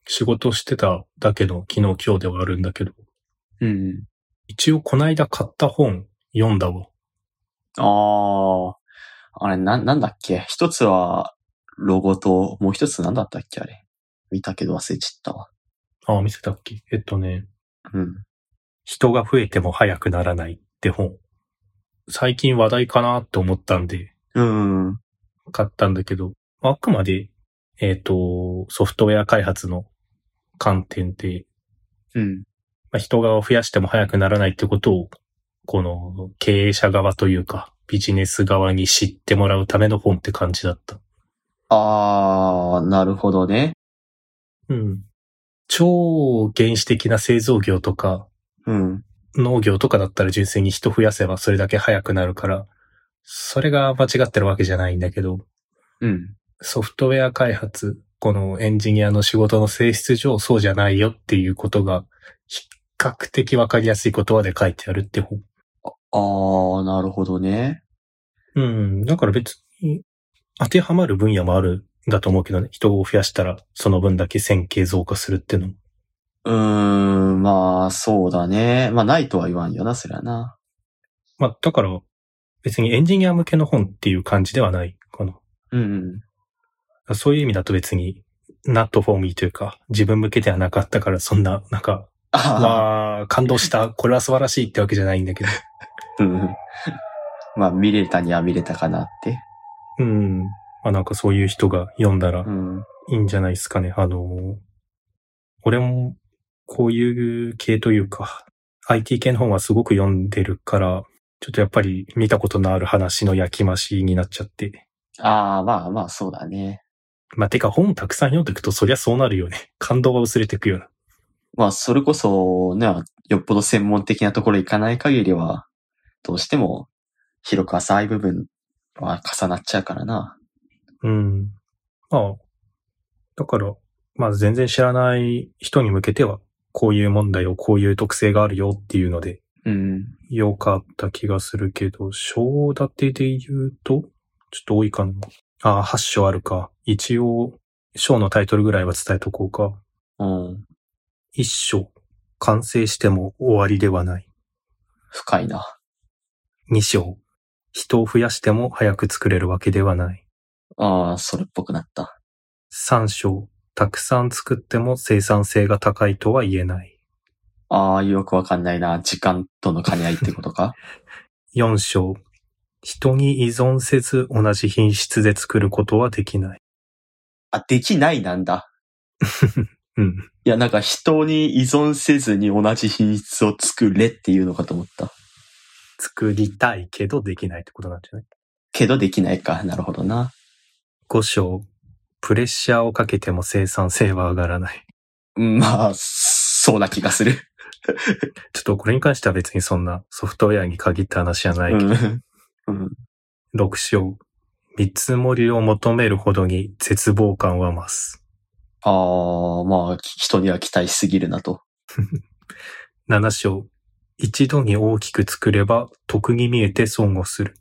仕事してただけの昨日今日ではあるんだけど、 うん。 一応こないだ買った本読んだわ。 あれ、なんだっけ？一つは、ロゴと、もう一つなんだったっけあれ。見たけど忘れちゃったわ。 あ、見せたっけ？ うん。 人が増えても早くならないって本。最近話題かなって思ったんで、買ったんだけど、あくまで、ソフトウェア開発の観点で、人が増やしても早くならないってことを、この経営者側というか、ビジネス側に知ってもらうための本って感じだった。 なるほどね。 超原始的な製造業とか、農業とかだったら純粋に人増やせばそれだけ早くなるから、それが間違ってるわけじゃないんだけど、ソフトウェア開発、このエンジニアの仕事の性質上そうじゃないよっていうことが、比較的わかりやすい言葉で書いてあるって本。 なるほどね。 だから別に当てはまる分野もあるんだと思うけどね。人を増やしたらその分だけ線形増加するっていうのも。 まあ、そうだね。まあ、ないとは言わんよな、そりゃな。 まあ、だから別にエンジニア向けの本っていう感じではないかな。そういう意味だと別に、not for me というか、自分向けではなかったからそんな、感動した、これは素晴らしいってわけじゃないんだけど。 まあ、見れたには見れたかなって。 まあそういう人が読んだらいいんじゃないですかね。俺もこういう系というか、IT 系の本はすごく読んでるから、ちょっとやっぱり見たことのある話の焼き増しになっちゃって。 まあ、そうだね。 てか本たくさん読んでいくとそりゃそうなるよね。感動が薄れていくような。 まあ、それこそね、よっぽど専門的なところ行かない限りは、どうしても広く浅い部分は重なっちゃうからな。 だから、全然知らない人に向けては、こういう問題をこういう特性があるよっていうので、良かった気がするけど、章立てで言うと、ちょっと多いかな。8章あるか。一応、章のタイトルぐらいは伝えとこうか。1章、完成しても終わりではない。 深いな。 2章、人を増やしても早く作れるわけではない。 それっぽくなった。 3章、たくさん作っても生産性が高いとは言えない。 よくわかんないな。時間との兼ね合いってことか。 4章、人に依存せず同じ品質で作ることはできない。 できないなんだ。いや、なんか人に依存せずに同じ品質を作れっていうのかと思った。 作りたいけどできないってことなんじゃない？ けどできないか。なるほどな。 5章、プレッシャーをかけても生産性は上がらない。 まあ、そうな気がする。 ちょっとこれに関しては別にそんなソフトウェアに限った話じゃないけど。6章、見積もりを求めるほどに絶望感は増す。 まあ、人には期待しすぎるなと。 7章、一度に大きく作れば得に見えて損をする。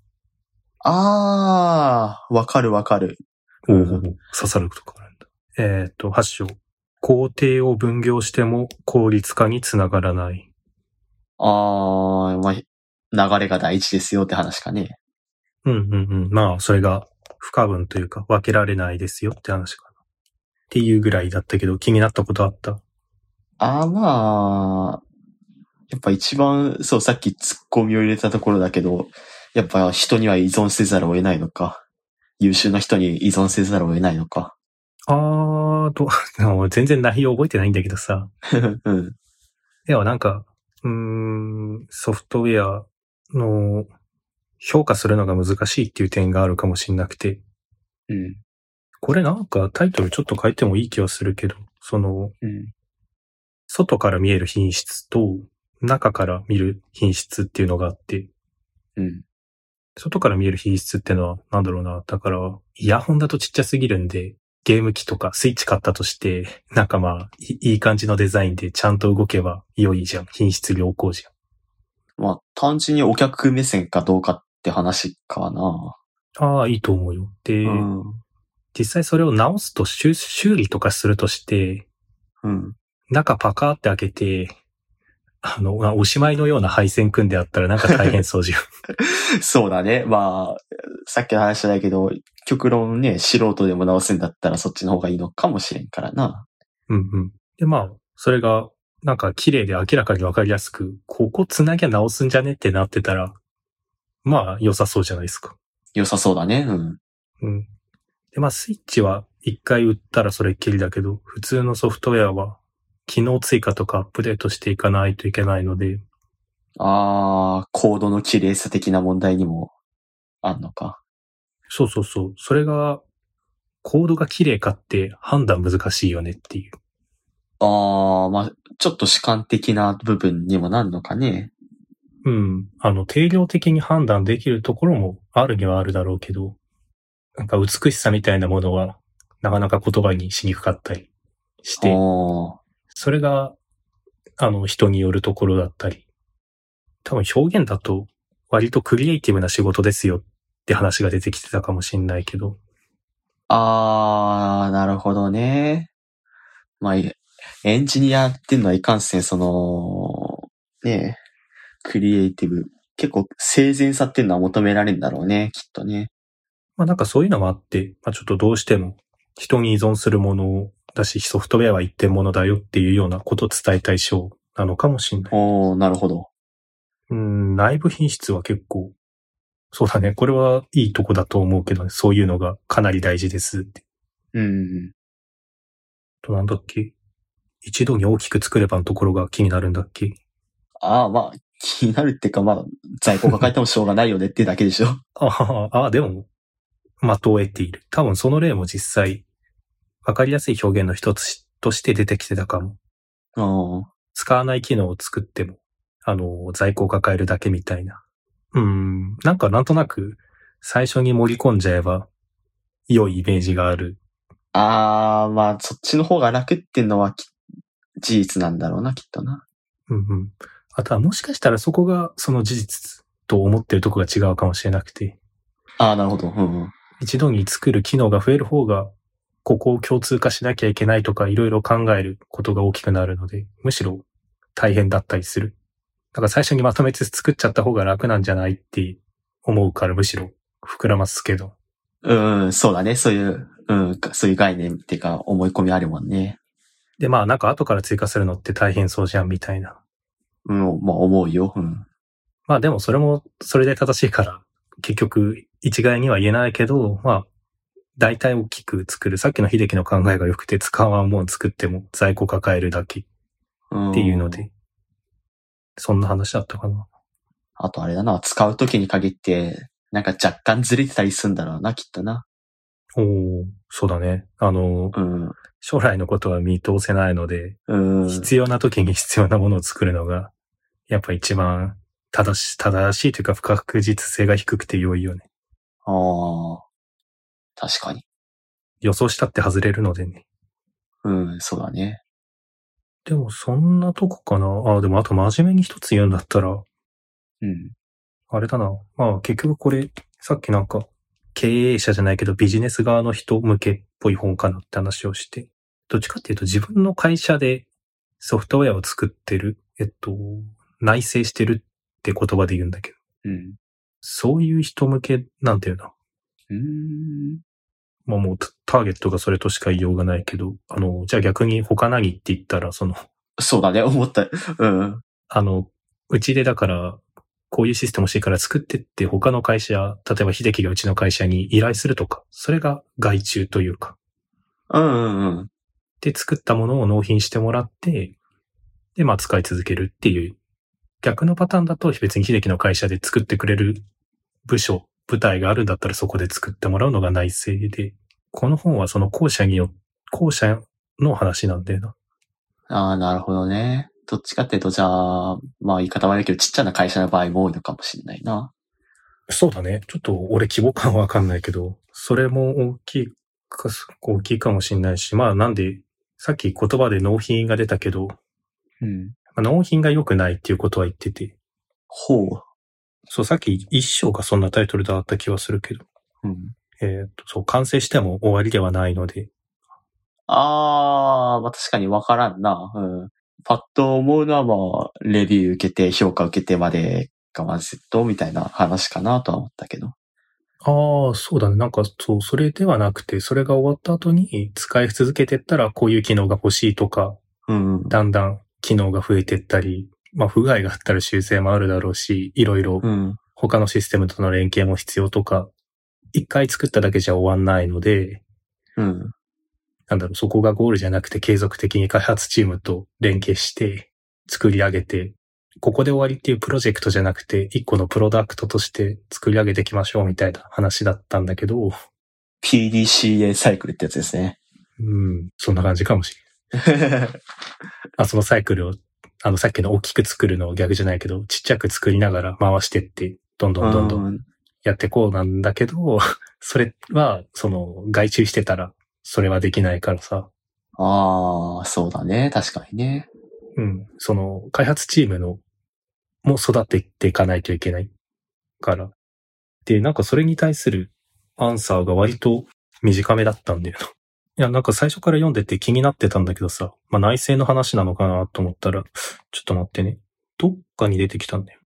わかるわかる。 刺さるとこあるんだ。8章、工程を分業しても効率化につながらない。 まあ、流れが大事ですよって話かね。 まあ、それが不可分というか分けられないですよって話かな。っていうぐらいだったけど、気になったことあった？ まあ、やっぱ一番、そう、さっきツッコミを入れたところだけど、やっぱ人には依存せざるを得ないのか。優秀な人に依存せざるを得ないのか。 全然内容覚えてないんだけどさ。ではなんか、ソフトウェアの評価するのが難しいっていう点があるかもしれなくて。これなんかタイトルちょっと変えてもいい気はするけど、外から見える品質と中から見る品質っていうのがあって、外から見える品質っていうのはなんだろうな。だから、イヤホンだとちっちゃすぎるんで、ゲーム機とかスイッチ買ったとして、なんかいい感じのデザインでちゃんと動けば良いじゃん。品質良好じゃん。まあ、単純にお客目線かどうかって話かな。 いいと思うよ。で、実際それを直すと修理とかするとして、 うん。 中パカーって開けて、おしまいのような配線組んであったらなんか大変そうじゃん。 そうだね。まあ、さっきの話じゃないけど、極論ね、素人でも直すんだったらそっちの方がいいのかもしれんからな。 うんうん。で、まあ、それが、なんか綺麗で明らかにわかりやすく、ここ繋ぎゃ直すんじゃねってなってたら、まあ良さそうじゃないですか。 良さそうだね。うん。 うん。で、まあスイッチは一回売ったらそれっきりだけど、普通のソフトウェアは機能追加とかアップデートしていかないといけないので。 コードの綺麗さ的な問題にもあんのか。 そうそうそう。それが、コードが綺麗かって判断難しいよねっていう。 まあ、ちょっと主観的な部分にもなんのかね。 うん。定量的に判断できるところもあるにはあるだろうけど、なんか美しさみたいなものは、なかなか言葉にしにくかったりして、それが、人によるところだったり、多分表現だと割とクリエイティブな仕事ですよって話が出てきてたかもしんないけど。 なるほどね。まあ、エンジニアっていうのはいかんせん、ね、クリエイティブ。結構整然さっていうのは求められるんだろうね、きっとね。 まあなんかそういうのもあって、まあちょっとどうしても人に依存するものだし、ソフトウェアは一点物だよっていうようなことを伝えたい章なのかもしんない。 なるほど。 内部品質は結構、そうだね。これはいいとこだと思うけどね。そういうのがかなり大事ですって。となんだっけ？一度に大きく作ればのところが気になるんだっけ？ まあ、気になるっていうか、まあ、在庫抱えてもしょうがないよねっていうだけでしょ。 でも、的を得ている。多分その例も実際、わかりやすい表現の一つとして出てきてたかも。使わない機能を作っても、在庫を抱えるだけみたいな。なんとなく、最初に盛り込んじゃえば、良いイメージがある。 まあ、そっちの方が楽っていうのは事実なんだろうな、きっとな。 あとはもしかしたらそこがその事実と思ってるとこが違うかもしれなくて。 なるほど。 一度に作る機能が増える方が、ここを共通化しなきゃいけないとかいろいろ考えることが大きくなるので、むしろ大変だったりする。だから最初にまとめて作っちゃった方が楽なんじゃないって思うからむしろ膨らますけど。 そうだね。そういう、そういう概念っていうか思い込みあるもんね。 で、まあなんか後から追加するのって大変そうじゃんみたいな。 まあ思うよ。 まあでもそれもそれで正しいから、結局一概には言えないけど、まあ、大体大きく作る。さっきの秀樹の考えが良くて使わんもん作っても在庫抱えるだけっていうので、そんな話だったかな。 あとあれだな、使うときに限って、なんか若干ずれてたりするんだろうな、きっとな。 そうだね。将来のことは見通せないので、必要な時に必要なものを作るのが、やっぱ一番正しいというか不確実性が低くて良いよね。 確かに。 予想したって外れるのでね。 そうだね。 でもそんなとこかな。でもあと真面目に一つ言うんだったら、あれだな。まあ結局これ、さっきなんか、経営者じゃないけどビジネス側の人向けっぽい本かなって話をして、どっちかっていうと自分の会社でソフトウェアを作ってる、内製してるって言葉で言うんだけど、そういう人向けなんていうの。まあもうターゲットがそれとしか言いようがないけど、じゃあ逆に他何って言ったらそうだね、思った。 うちでだから、こういうシステム欲しいから作ってって他の会社、例えば秀樹がうちの会社に依頼するとか、それが外注というか。で、作ったものを納品してもらって、で、まあ使い続けるっていう。逆のパターンだと別に秀樹の会社で作ってくれる部隊があるんだったらそこで作ってもらうのが内製で、この本はその後者の話なんだよな。なるほどね。どっちかっていうと、じゃあ、まあ言い方悪いけど、ちっちゃな会社の場合も多いのかもしれないな。 そうだね。ちょっと俺規模感はわかんないけど、それも大きいかもしれないし、まあなんで、さっき言葉で納品が出たけど、納品が良くないっていうことは言ってて。そう、さっき一章がそんなタイトルだった気はするけど。そう、完成しても終わりではないので。 まあ確かにわからんな。うん。パッと思うのはまあ、レビュー受けて、評価受けてまでがワンセットみたいな話かなとは思ったけど。 ああ、そうだね。なんか、そう、それではなくて、それが終わった後に使い続けてったら、こういう機能が欲しいとか、だんだん機能が増えてったり、まあ、不具合があったら修正もあるだろうし、いろいろ、他のシステムとの連携も必要とか、一回作っただけじゃ終わんないので、なんだろう、そこがゴールじゃなくて継続的に開発チームと連携して作り上げて、ここで終わりっていうプロジェクトじゃなくて、一個のプロダクトとして作り上げていきましょうみたいな話だったんだけど。 PDCA サイクルってやつですね。 そんな感じかもしれない。そのサイクルを、さっきの大きく作るの逆じゃないけど、ちっちゃく作りながら回してって、どんどんやってこうなんだけど、それは、外注してたら、それはできないからさ。 そうだね。確かにね。 開発チームも育てていかないといけないから。で、なんかそれに対するアンサーが割と短めだったんだよな。いや、なんか最初から読んでて気になってたんだけどさ、まあ内政の話なのかなと思ったら、ちょっと待ってね。どっかに出てきたんだよ。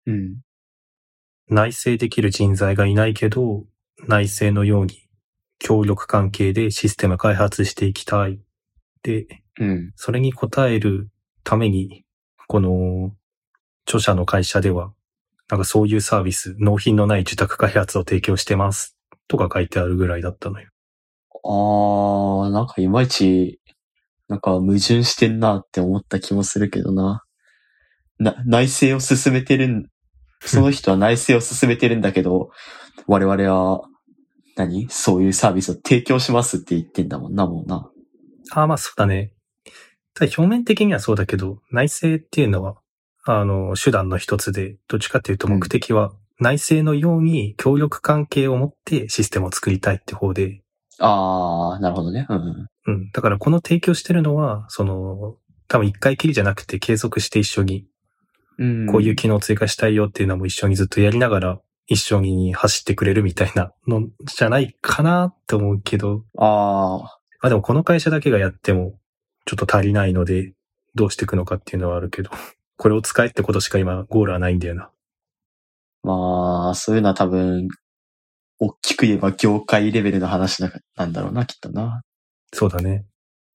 内政できる人材がいないけど、内政のように協力関係でシステム開発していきたい。で、それに応えるために、この著者の会社では、なんかそういうサービス、納品のない受託開発を提供してますとか書いてあるぐらいだったのよ。 なんかいまいち、なんか矛盾してんなって思った気もするけどな。内政を進めてるその人は内政を進めてるんだけど、我々は、そういうサービスを提供しますって言ってんだもんな、もうな。 まあそうだね。ただ表面的にはそうだけど、内政っていうのは、手段の一つで、どっちかっていうと目的は、内政のように協力関係を持ってシステムを作りたいって方で。 なるほどね。 だからこの提供してるのは、多分一回きりじゃなくて継続して一緒に、こういう機能を追加したいよっていうのも一緒にずっとやりながら、一緒に走ってくれるみたいなのじゃないかなって思うけど。でもこの会社だけがやっても、ちょっと足りないので、どうしていくのかっていうのはあるけど、これを使えってことしか今ゴールはないんだよな。 まあ、そういうのは多分、大きく言えば業界レベルの話なんだろうな、きっとな。 そうだね。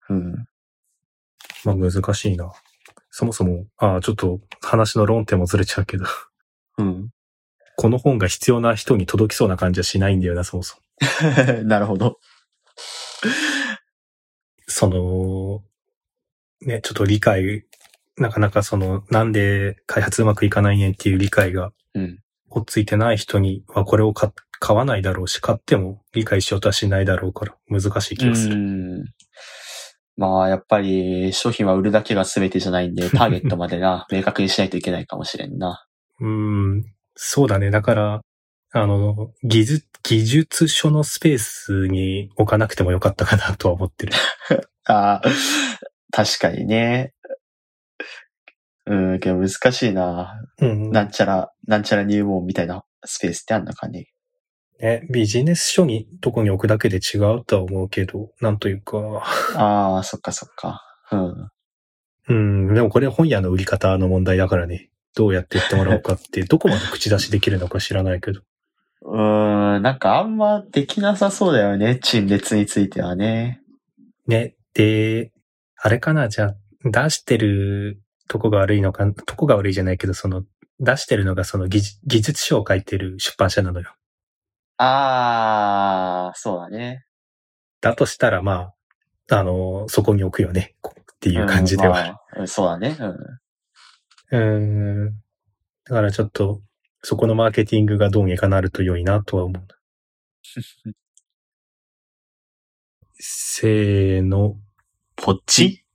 まあ難しいな。そもそも、ちょっと話の論点もずれちゃうけど。この本が必要な人に届きそうな感じはしないんだよな、そもそも。 なるほど。 ね、ちょっと理解、なかなかなんで開発うまくいかないねんっていう理解が、追っついてない人にはこれを買わないだろうし、買っても理解しようとはしないだろうから難しい気がする。 まあ、やっぱり商品は売るだけが全てじゃないんで、ターゲットまでな、明確にしないといけないかもしれんな。 そうだね。だから、技術書のスペースに置かなくてもよかったかなとは思ってる。 確かにね。けど難しいな。なんちゃら入門みたいなスペースってあんのかね。 ね、ビジネス書にどこに置くだけで違うとは思うけど、なんというか。 そっかそっか。 でもこれは本屋の売り方の問題だからね。どうやって言ってもらおうかって、どこまで口出しできるのか知らないけど。 なんかあんまできなさそうだよね。陳列についてはね。 ね。で、あれかな、じゃあ、出してるとこが悪いのか、とこが悪いじゃないけど、出してるのが技術書を書いてる出版社なのよ。 そうだね。 だとしたら、まあ、そこに置くよね。っていう感じでは。 そうだね。 だからちょっと、そこのマーケティングがどうにかなると良いなとは思う。せーの、 ポチ